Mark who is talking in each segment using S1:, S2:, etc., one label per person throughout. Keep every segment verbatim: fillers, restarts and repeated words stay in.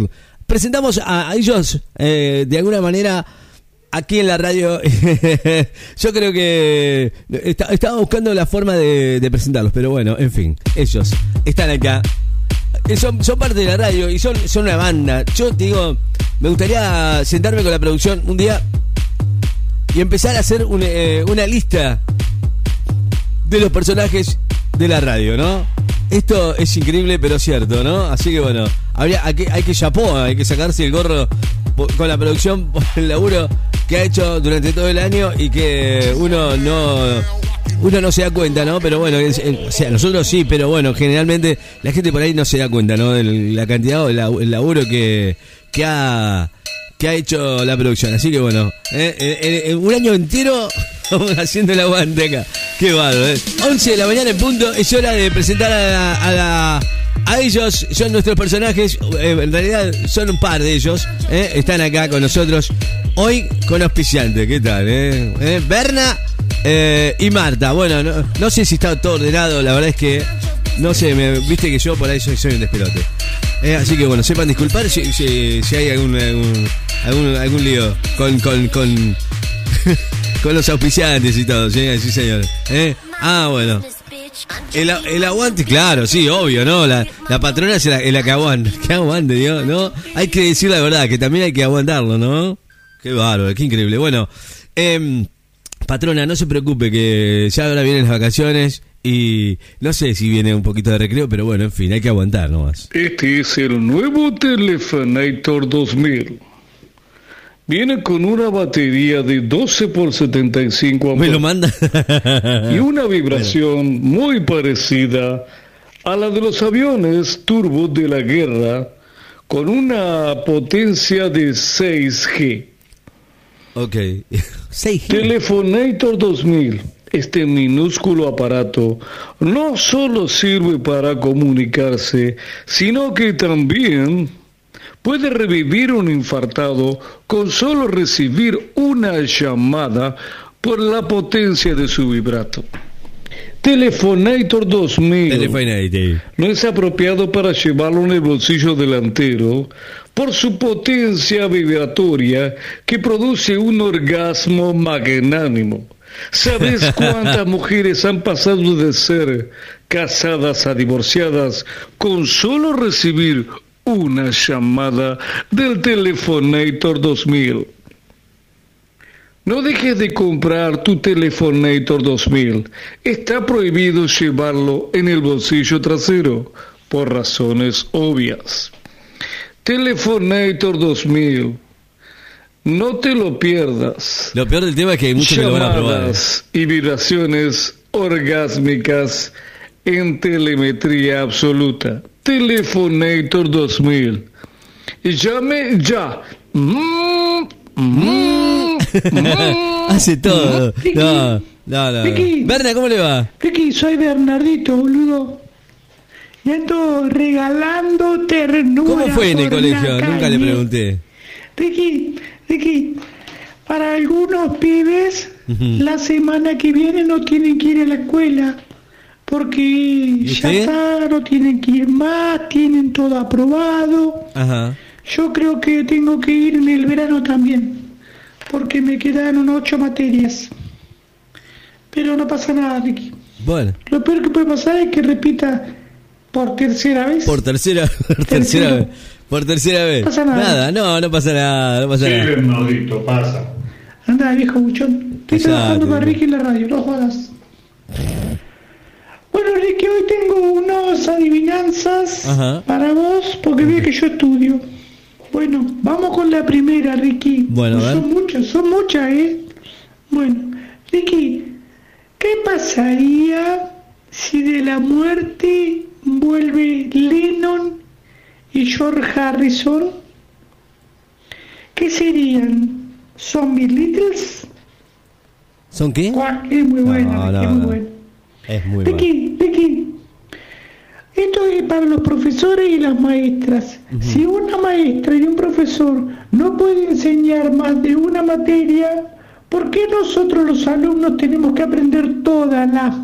S1: presentamos a, a ellos eh, de alguna manera aquí en la radio. Yo creo que está, estaba buscando la forma de, de presentarlos, pero bueno, en fin, ellos están acá. Son, son parte de la radio y son, son una banda. Yo te digo, me gustaría sentarme con la producción un día y empezar a hacer un, eh, una lista de los personajes de la radio, ¿no? Esto es increíble, pero cierto, ¿no? Así que bueno, habría, hay que, hay que chapó, hay que sacarse el gorro con la producción por el laburo que ha hecho durante todo el año y que uno no uno no se da cuenta, ¿no? Pero bueno, es, es, o sea, nosotros sí, pero bueno, generalmente la gente por ahí no se da cuenta, ¿no? De la cantidad o el laburo que, que ha que ha hecho la producción. Así que bueno, eh, eh, eh, un año entero haciendo el aguante acá. Qué bárbaro, ¿eh? once de la mañana en punto, es hora de presentar a la, a la a ellos. Son nuestros personajes, eh, en realidad son un par de ellos, eh, están acá con nosotros hoy con auspiciante. ¿Qué tal? Eh? ¿Eh? Berna eh, y Marta. Bueno, no, no sé si está todo ordenado, la verdad es que no sé, me, viste que yo por ahí soy, soy un despelote. Eh, así que bueno, sepan disculpar si, si, si hay algún, algún algún algún lío con con con, con los auspiciantes y todo, ¿sí? Sí, señor. ¿Eh? Ah, bueno. El, el aguante, claro, sí, obvio, ¿no? La, la patrona es la, es la que aguanta. Que aguante, Dios, ¿no? Hay que decir la verdad, que también hay que aguantarlo, ¿no? Qué bárbaro, qué increíble. Bueno, eh, patrona, no se preocupe, que ya ahora vienen las vacaciones y no sé si viene un poquito de recreo, pero bueno, en fin, hay que aguantar nomás.
S2: Este es el nuevo Telefonator dos mil. Viene con una batería de doce por setenta y cinco amperes.
S1: ¿Me lo manda?
S2: Y una vibración bueno. muy parecida a la de los aviones turbo de la guerra, con una potencia de seis G.
S1: Ok. seis G.
S2: Telefonator dos mil. Este minúsculo aparato no solo sirve para comunicarse, sino que también puede revivir un infartado con solo recibir una llamada por la potencia de su vibrato. Telefonator dos mil
S1: Telefonator.
S2: No es apropiado para llevarlo en el bolsillo delantero por su potencia vibratoria que produce un orgasmo magnánimo. ¿Sabes cuántas mujeres han pasado de ser casadas a divorciadas con solo recibir una llamada del Telefonator dos mil? No dejes de comprar tu Telefonator dos mil. Está prohibido llevarlo en el bolsillo trasero, por razones obvias. Telefonator dos mil. No te lo pierdas.
S1: Lo peor del tema es que hay muchos que lo van a probar.
S2: Llamadas y vibraciones orgásmicas en telemetría absoluta. Telefonator dos mil. Llame ya. Mm, mm, mm,
S1: Hace todo.
S3: Ricky,
S1: no, no, no.
S3: Ricky,
S1: Berna, ¿cómo le va?
S3: Ricky, soy Bernardito, boludo. Y ando regalando ternura.
S1: ¿Cómo fue en el
S3: por
S1: colegio?
S3: la
S1: Nunca le
S3: calle.
S1: pregunté.
S3: Ricky, Ricky, para algunos pibes,
S1: Ujú.
S3: la semana que viene no tienen que ir a la escuela. Porque ya
S1: usted?
S3: está, no tienen que ir más, tienen todo aprobado.
S1: Ajá.
S3: Yo creo que tengo que ir en el verano también, porque me quedan ocho materias. Pero no pasa nada, Ricky.
S1: Bueno.
S3: Lo peor que puede pasar es que repita por tercera vez.
S1: Por tercera, por tercera
S3: Tercero.
S1: vez. Por tercera vez.
S3: No pasa nada.
S1: Nada, no, no pasa nada, no pasa
S2: Sí,
S1: nada.
S2: Bernardito, pasa.
S3: Anda, viejo buchón. Estoy
S1: Exacto.
S3: trabajando para Ricky en la radio, no jodas. Bueno, Ricky, hoy tengo unas adivinanzas
S1: Ajá.
S3: para vos, porque ve que yo estudio. Bueno, vamos con la primera, Ricky.
S1: Bueno,
S3: Pues
S1: a ver.
S3: son muchas, son muchas, ¿eh? Bueno, Ricky, ¿qué pasaría si de la muerte vuelve Lennon y George Harrison? ¿Qué serían? ¿Zombie Littles?
S1: ¿Son qué?
S3: Guau, es muy bueno,
S1: No,
S3: Ricky,
S1: no,
S3: es muy
S1: no.
S3: bueno.
S1: Es muy malo.
S3: Ricky, Ricky, esto es para los profesores y las maestras.
S1: Ujú.
S3: Si una maestra y un profesor no pueden enseñar más de una materia, ¿por qué nosotros los alumnos tenemos que aprender todas las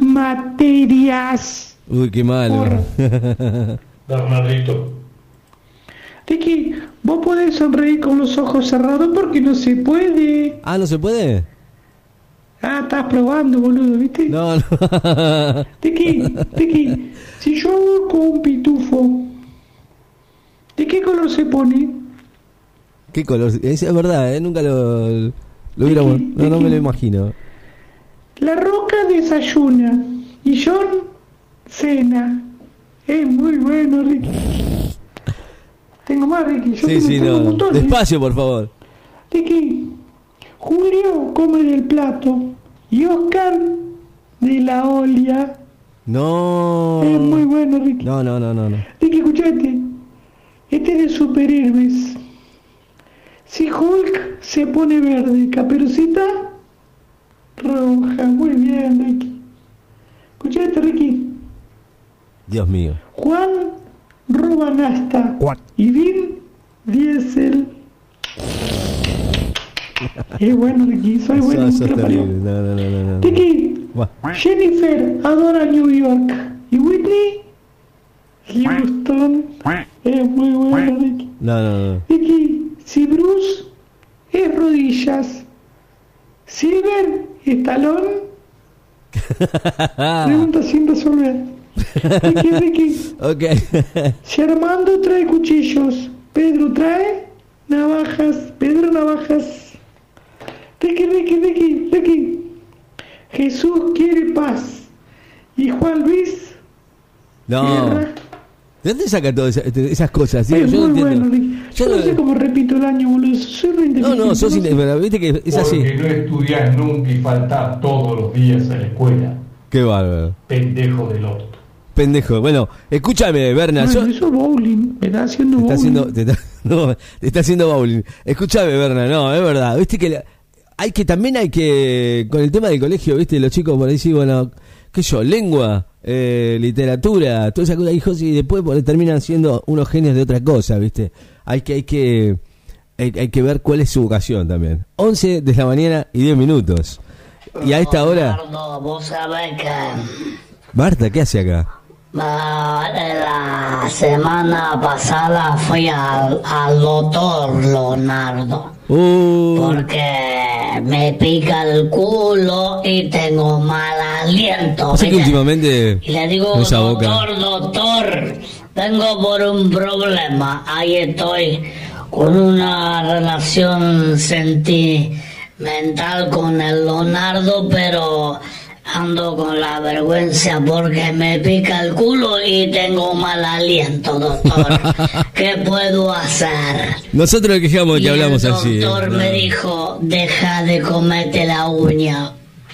S3: materias?
S1: Uy, qué malo.
S3: Porra.
S2: Bernardito.
S3: Tiki, vos podés sonreír con los ojos cerrados porque no se puede.
S1: Ah, ¿no se puede?
S3: Ah, estás probando, boludo, ¿viste?
S1: No, no.
S3: Tiki, Tiki, si yo hago con un pitufo, ¿de qué color se pone?
S1: ¿Qué color? Es, es verdad, ¿eh? Nunca lo, lo hubiera...
S3: ¿De qué?
S1: No,
S3: ¿De
S1: no
S3: qué?
S1: me lo imagino.
S3: La Roca desayuna y John cena. Es muy bueno, Ricky. Tengo más, Ricky. Yo
S1: Sí,
S3: tengo,
S1: sí,
S3: tengo un
S1: no.
S3: montón, ¿eh?
S1: Despacio, por favor.
S3: Ricky, Julio come del plato y Oscar de la olla.
S1: No.
S3: Es muy bueno, Ricky.
S1: No, no, no, no, no.
S3: Ricky, escuchate. Este es de superhéroes. Si Hulk se pone verde, Caperucita roja. Muy bien, Ricky. Escuchate, Ricky.
S1: Dios mío.
S3: Juan roba nasta.
S1: Juan.
S3: Y Vin Diesel. Es bueno, Ricky. Soy bueno.
S1: Eso, eso
S3: te
S1: es
S3: lo
S1: terrible.
S3: parió.
S1: No, no, no, no, no.
S3: Ricky,
S1: Buah.
S3: Jennifer adora New York. Y Whitney, Houston. Es muy bueno, Ricky.
S1: No, no, no.
S3: Ricky, si Bruce es rodillas, Silver es talón. Pregunta sin resolver. Ricky, Ricky,
S1: Ok.
S3: si Armando trae cuchillos, Pedro trae navajas. Pedro navajas. Ricky, Ricky, Ricky, Ricky. Jesús quiere paz. Y Juan Luis,
S1: No.
S3: guerra.
S1: ¿De dónde saca todas esas, esas cosas? Digo,
S3: Es
S1: yo no
S3: muy
S1: entiendo.
S3: bueno, Ricky.
S1: Yo
S3: Yo no
S1: no-
S3: sé cómo repito el año, boludo. Soy re
S1: No,
S3: inteligente.
S1: no, sos
S3: sé.
S1: inde- pero viste que es así.
S4: Porque no estudiás nunca y faltás todos los días a la escuela.
S1: Qué bárbaro.
S4: Pendejo del orto.
S1: Pendejo. Bueno, escúchame, Berna.
S3: No,
S1: yo-
S3: eso es bowling. Me está haciendo
S1: Te está
S3: bowling.
S1: haciendo, te está, no, te está haciendo bowling. Escúchame, Berna, no, es verdad. Viste que la- hay que, también hay que, con el tema del colegio, viste, los chicos por ahí sí, bueno, qué sé yo, lengua, eh, literatura, todas esas cosas, hijos, y después por ahí terminan siendo unos genios de otra cosa, viste. Hay que, hay que, hay, hay que ver cuál es su vocación también. once de la mañana y diez minutos. Y a esta hora,
S5: Leonardo, vos sabés que
S1: Marta, ¿qué hace acá?
S5: ah, la semana pasada fui al, al doctor Leonardo
S1: Uh,
S5: porque me pica el culo y tengo mal aliento.
S1: pasa que
S5: ¿viste?
S1: últimamente
S5: Y le digo,
S1: con esa boca.
S5: doctor, doctor, vengo por un problema. Ahí estoy con una relación sentimental con el Leonardo, pero ando con la vergüenza porque me pica el culo y tengo mal aliento, doctor. ¿Qué puedo hacer?
S1: Nosotros le quejamos
S5: Y
S1: que hablamos
S5: el
S1: así.
S5: doctor
S1: ¿eh?
S5: me
S1: No.
S5: dijo, deja de comerte la uña.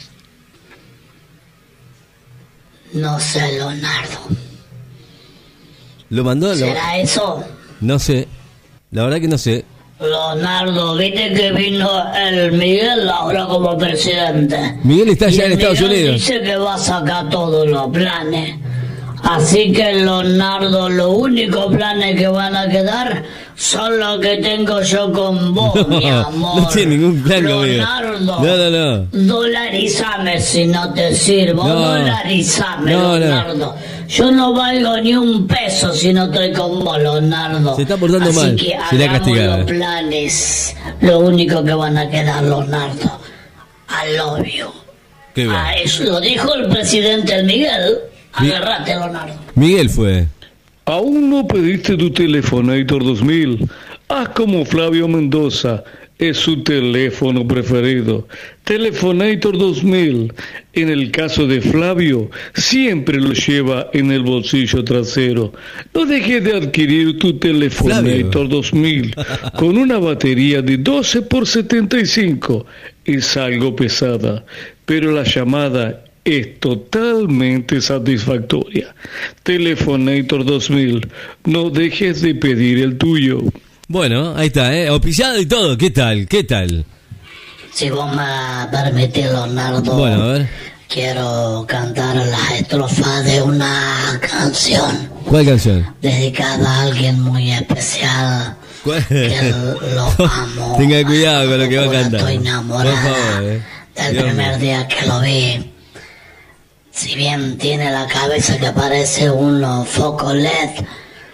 S5: No sé, Leonardo.
S1: ¿Lo mandó? Lo-
S5: ¿Será eso?
S1: No sé. La verdad que no sé.
S5: Leonardo, viste que vino el Miguel ahora como presidente.
S1: Miguel está
S5: Y
S1: allá en
S5: el
S1: Estados
S5: Miguel
S1: Unidos.
S5: dice que va a sacar todos los planes. Así que, Leonardo, los únicos planes que van a quedar son los que tengo yo con vos, mi amor.
S1: No tiene ningún plan conmigo.
S5: Leonardo,
S1: No, no, no.
S5: dolarizame si no te sirvo.
S1: No.
S5: Dolarizame,
S1: No, no.
S5: Leonardo. Yo no valgo ni un peso si no estoy con vos, Leonardo.
S1: Se está portando
S5: Así
S1: mal.
S5: que
S1: Será
S5: hagamos
S1: castigada.
S5: los planes. Lo único que van a quedar, Leonardo. I love you.
S1: Qué bien.
S5: Ah, eso lo dijo el presidente el Miguel.
S1: Mi-
S5: Agarrate, Leonardo.
S1: Miguel fue.
S2: ¿Aún no pediste tu Telefonator dos mil? Haz como Flavio Mendoza, es su teléfono preferido. Telefonator dos mil. En el caso de Flavio, siempre lo lleva en el bolsillo trasero. No dejes de adquirir tu Telefonator
S1: Flavio.
S2: dos mil con una batería de doce por setenta y cinco. Es algo pesada, pero la llamada es totalmente satisfactoria. Telefonator dos mil, no dejes de pedir el tuyo.
S1: Bueno, ahí está, ¿eh? Auspiciado y todo. ¿Qué tal? ¿Qué tal?
S5: Si vos me permitís, Leonardo,
S1: Bueno, a ver.
S5: quiero cantar la estrofa de una canción
S1: ¿Cuál canción?
S5: dedicada a alguien muy especial.
S1: ¿Cuál?
S5: Que lo amo.
S1: Tenga cuidado con lo que va a
S5: Ahora
S1: cantar.
S5: Estoy
S1: Por
S5: enamorada
S1: favor, eh.
S5: del
S1: Dios
S5: primer
S1: mío.
S5: día que lo vi. Si bien tiene la cabeza que parece un foco L E D,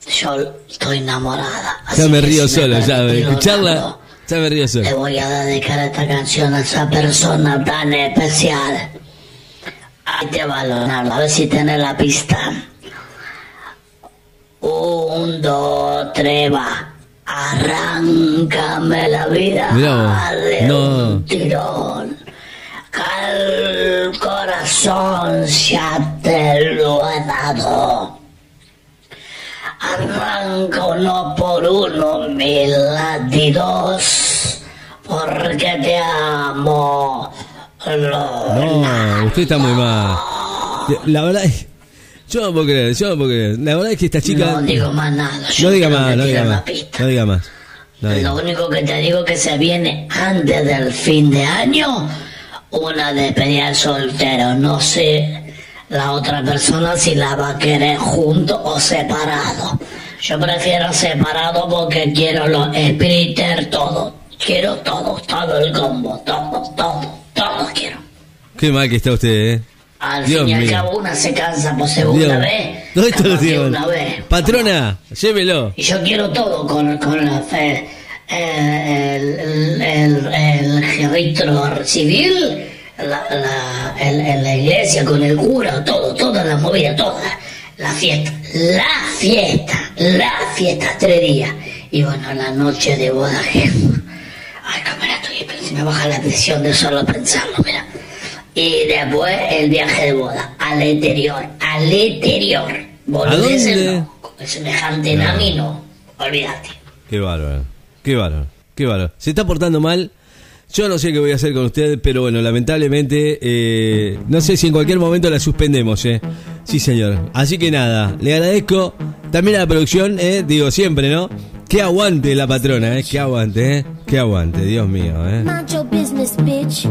S5: Yo estoy enamorada.
S1: Ya
S5: así
S1: me
S5: que
S1: río
S5: si me
S1: solo, ya, de
S5: permitís,
S1: escucharla,
S5: Leonardo,
S1: ya me río solo.
S5: le voy a dedicar esta canción a esa persona tan especial. Ahí te va, Leonardo, a ver si tenés la pista. Un, dos, tres, va. Arráncame la vida
S1: Mirá vos,
S5: de
S1: no.
S5: un tirón. Que el corazón ya te lo he dado. Arranca uno por uno mis latidos, porque te amo.
S1: No, usted está muy mal. La verdad es... Yo no puedo creer, yo no puedo creer. La verdad es que esta chica...
S5: No digo más nada.
S1: No diga
S5: quiero
S1: más,
S5: que
S1: no diga
S5: tire
S1: más.
S5: la pista.
S1: No diga más. No diga
S5: Lo
S1: más.
S5: único que te digo que se viene antes del fin de año una despedida de soltero. No sé la otra persona si la va a querer junto o separado. Yo prefiero separado porque quiero los splitters, todo. Quiero todo, todo el combo, todo, todo, todo quiero.
S1: Qué mal que está usted, ¿eh?
S5: Al
S1: Dios
S5: fin y al
S1: mío.
S5: cabo una se cansa por segunda
S1: Dios.
S5: vez.
S1: ¿Dónde está
S5: capaz
S1: el
S5: que
S1: tío?
S5: una vez.
S1: Patrona, llévelo.
S5: Y yo quiero todo con, con la fe. El, el, el, el registro civil, la, la, el, en la iglesia con el cura, todo, toda la movida, toda. La fiesta, la fiesta, la fiesta, tres días. Y bueno, la noche de boda que... Ay, cámara, estoy, se me baja la presión de solo pensarlo, mira. Y después el viaje de boda, al exterior, al exterior. Volvés
S1: ¿A
S5: el
S1: dónde?
S5: no, con semejante enamino, olvídate.
S1: Qué bárbaro, qué bárbaro, qué bárbaro. Se está portando mal. Yo no sé qué voy a hacer con usted, pero bueno, lamentablemente, eh, no sé si en cualquier momento la suspendemos, ¿eh? Sí, señor. Así que nada, le agradezco también a la producción, ¿eh? Digo siempre, ¿no? Que aguante la patrona, ¿eh? Que aguante, ¿eh? Que aguante, Dios mío, ¿eh?
S6: Mind your business, bitch.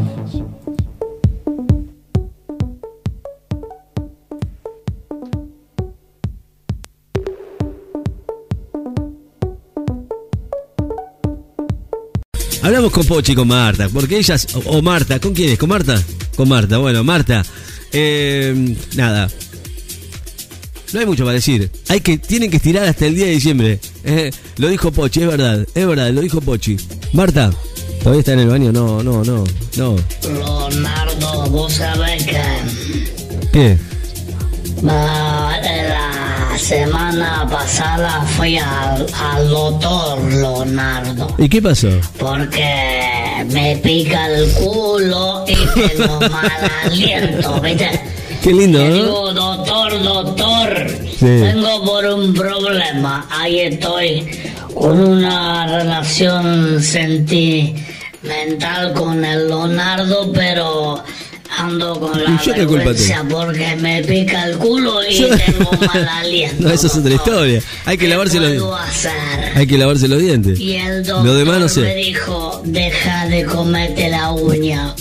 S1: Hablamos con Pochi y con Marta, porque ellas, o, o Marta, ¿con quién es? ¿Con Marta? Con Marta, bueno, Marta. Eh, nada. No hay mucho para decir. Hay que, tienen que estirar hasta el día de diciembre. Eh, lo dijo Pochi, es verdad, es verdad, lo dijo Pochi. Marta, ¿todavía está en el baño? No, no, no, no.
S5: Leonardo, vos sabés que
S1: ¿Qué?
S5: ah, la semana pasada fui al, al doctor, Leonardo,
S1: ¿Y qué pasó?
S5: porque me pica el culo y tengo mal aliento, ¿viste?
S1: Qué lindo,
S5: Le
S1: ¿no?
S5: digo, doctor, doctor,
S1: Sí.
S5: tengo por un problema. Ahí estoy con una relación sentimental con el Leonardo, pero ando con la
S1: ¿Y yo qué culpa
S5: vergüenza porque me pica el culo y
S1: Yo-
S5: tengo mal aliento.
S1: No, eso es otra
S5: doctor.
S1: historia. Hay que
S5: ¿Qué
S1: lavarse los
S5: puedo
S1: dientes.
S5: hacer?
S1: Hay que lavarse los dientes.
S5: Y el doctor
S1: Lo demás no
S5: me
S1: sé.
S5: dijo, deja de comerte la uña.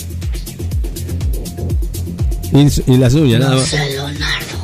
S1: Y, y las uñas, nada
S5: No
S1: más.
S5: sé, Leonardo.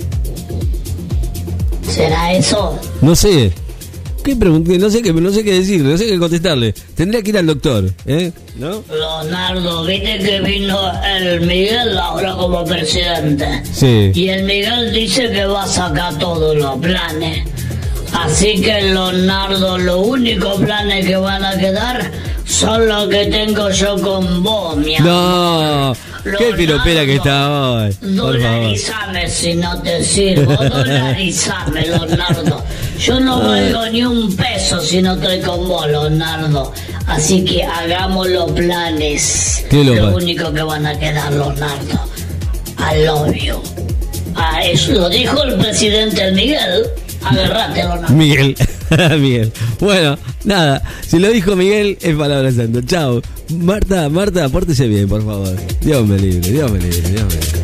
S5: ¿Será eso?
S1: No sé. ¿Qué pregunté? No sé qué, no sé qué decir, no sé qué contestarle. Tendría que ir al doctor, ¿eh? ¿No?
S5: Leonardo, viste que vino el Miguel ahora como presidente.
S1: Sí.
S5: Y el Miguel dice que va a sacar todos los planes. Así que, Leonardo, los únicos planes que van a quedar son los que tengo yo con vos, mi amor.
S1: No. Qué
S5: Leonardo,
S1: piropera que está hoy. Por favor.
S5: Dolarizame si no te sirvo, dolarizame, Leonardo. Yo no valgo ni un peso si no estoy con vos, Leonardo. Así que hagamos los planes.
S1: ¿Qué lo
S5: Lo
S1: pa-
S5: único que van a quedar, Leonardo. I love you. Ah, eso lo dijo el presidente el Miguel. Agarrate, Leonardo.
S1: Miguel. Miguel. Bueno, nada. Si lo dijo Miguel, es palabra santa. Chao. Marta, Marta, pórtese bien, por favor. Dios me libre, Dios me libre, Dios me libre.